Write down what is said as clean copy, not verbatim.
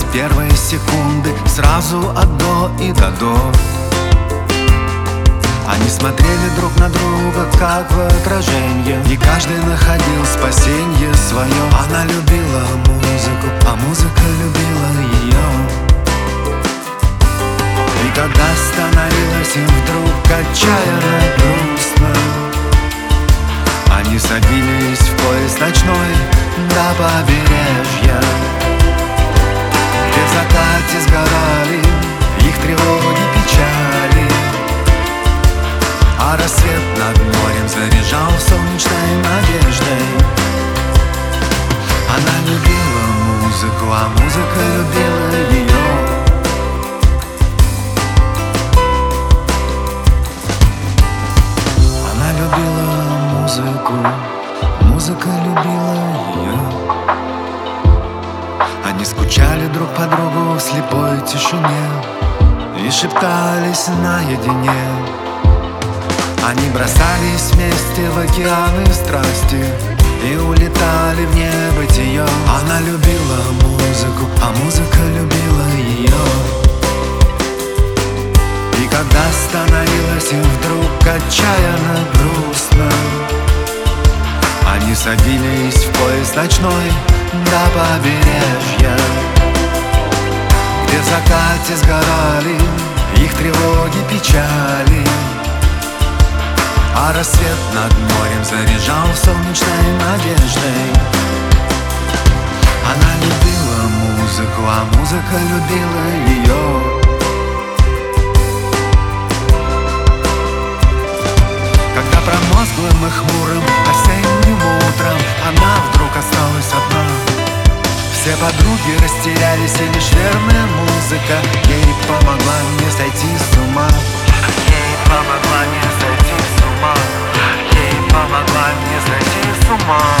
первые секунды, сразу от до и до. Они смотрели друг на друга, как в отражение, и каждый находил спасенье свое. Она любила музыку, а музыка любила ее. И когда становилось им вдруг отчаянно грустно, они садились в поезд ночной до побережья, где в закате сгорали их тревоги, печали, а рассвет над морем заряжал солнечной надеждой. Она любила музыку, а музыка любила ее. Она любила музыку, музыка любила ее. Они скучали друг по другу в слепой тишине и шептались наедине. Они бросались вместе в океаны страсти и улетали в небытие. Она любила музыку, а музыка любила ее. И когда становилось им вдруг отчаянно грустно, они садились в поезд ночной до побережья, где в закате сгорали их тревоги, печали, а рассвет над морем заряжал солнечной надеждой. Она любила музыку, а музыка любила ее. Когда промозглым и хмурым осенним утром она вдруг осталась одна, все подруги растерялись, и лишь верная музыка ей помогла не сойти с ума. Ей помогла не сойти с ума. Ей помогла не сойти с ума.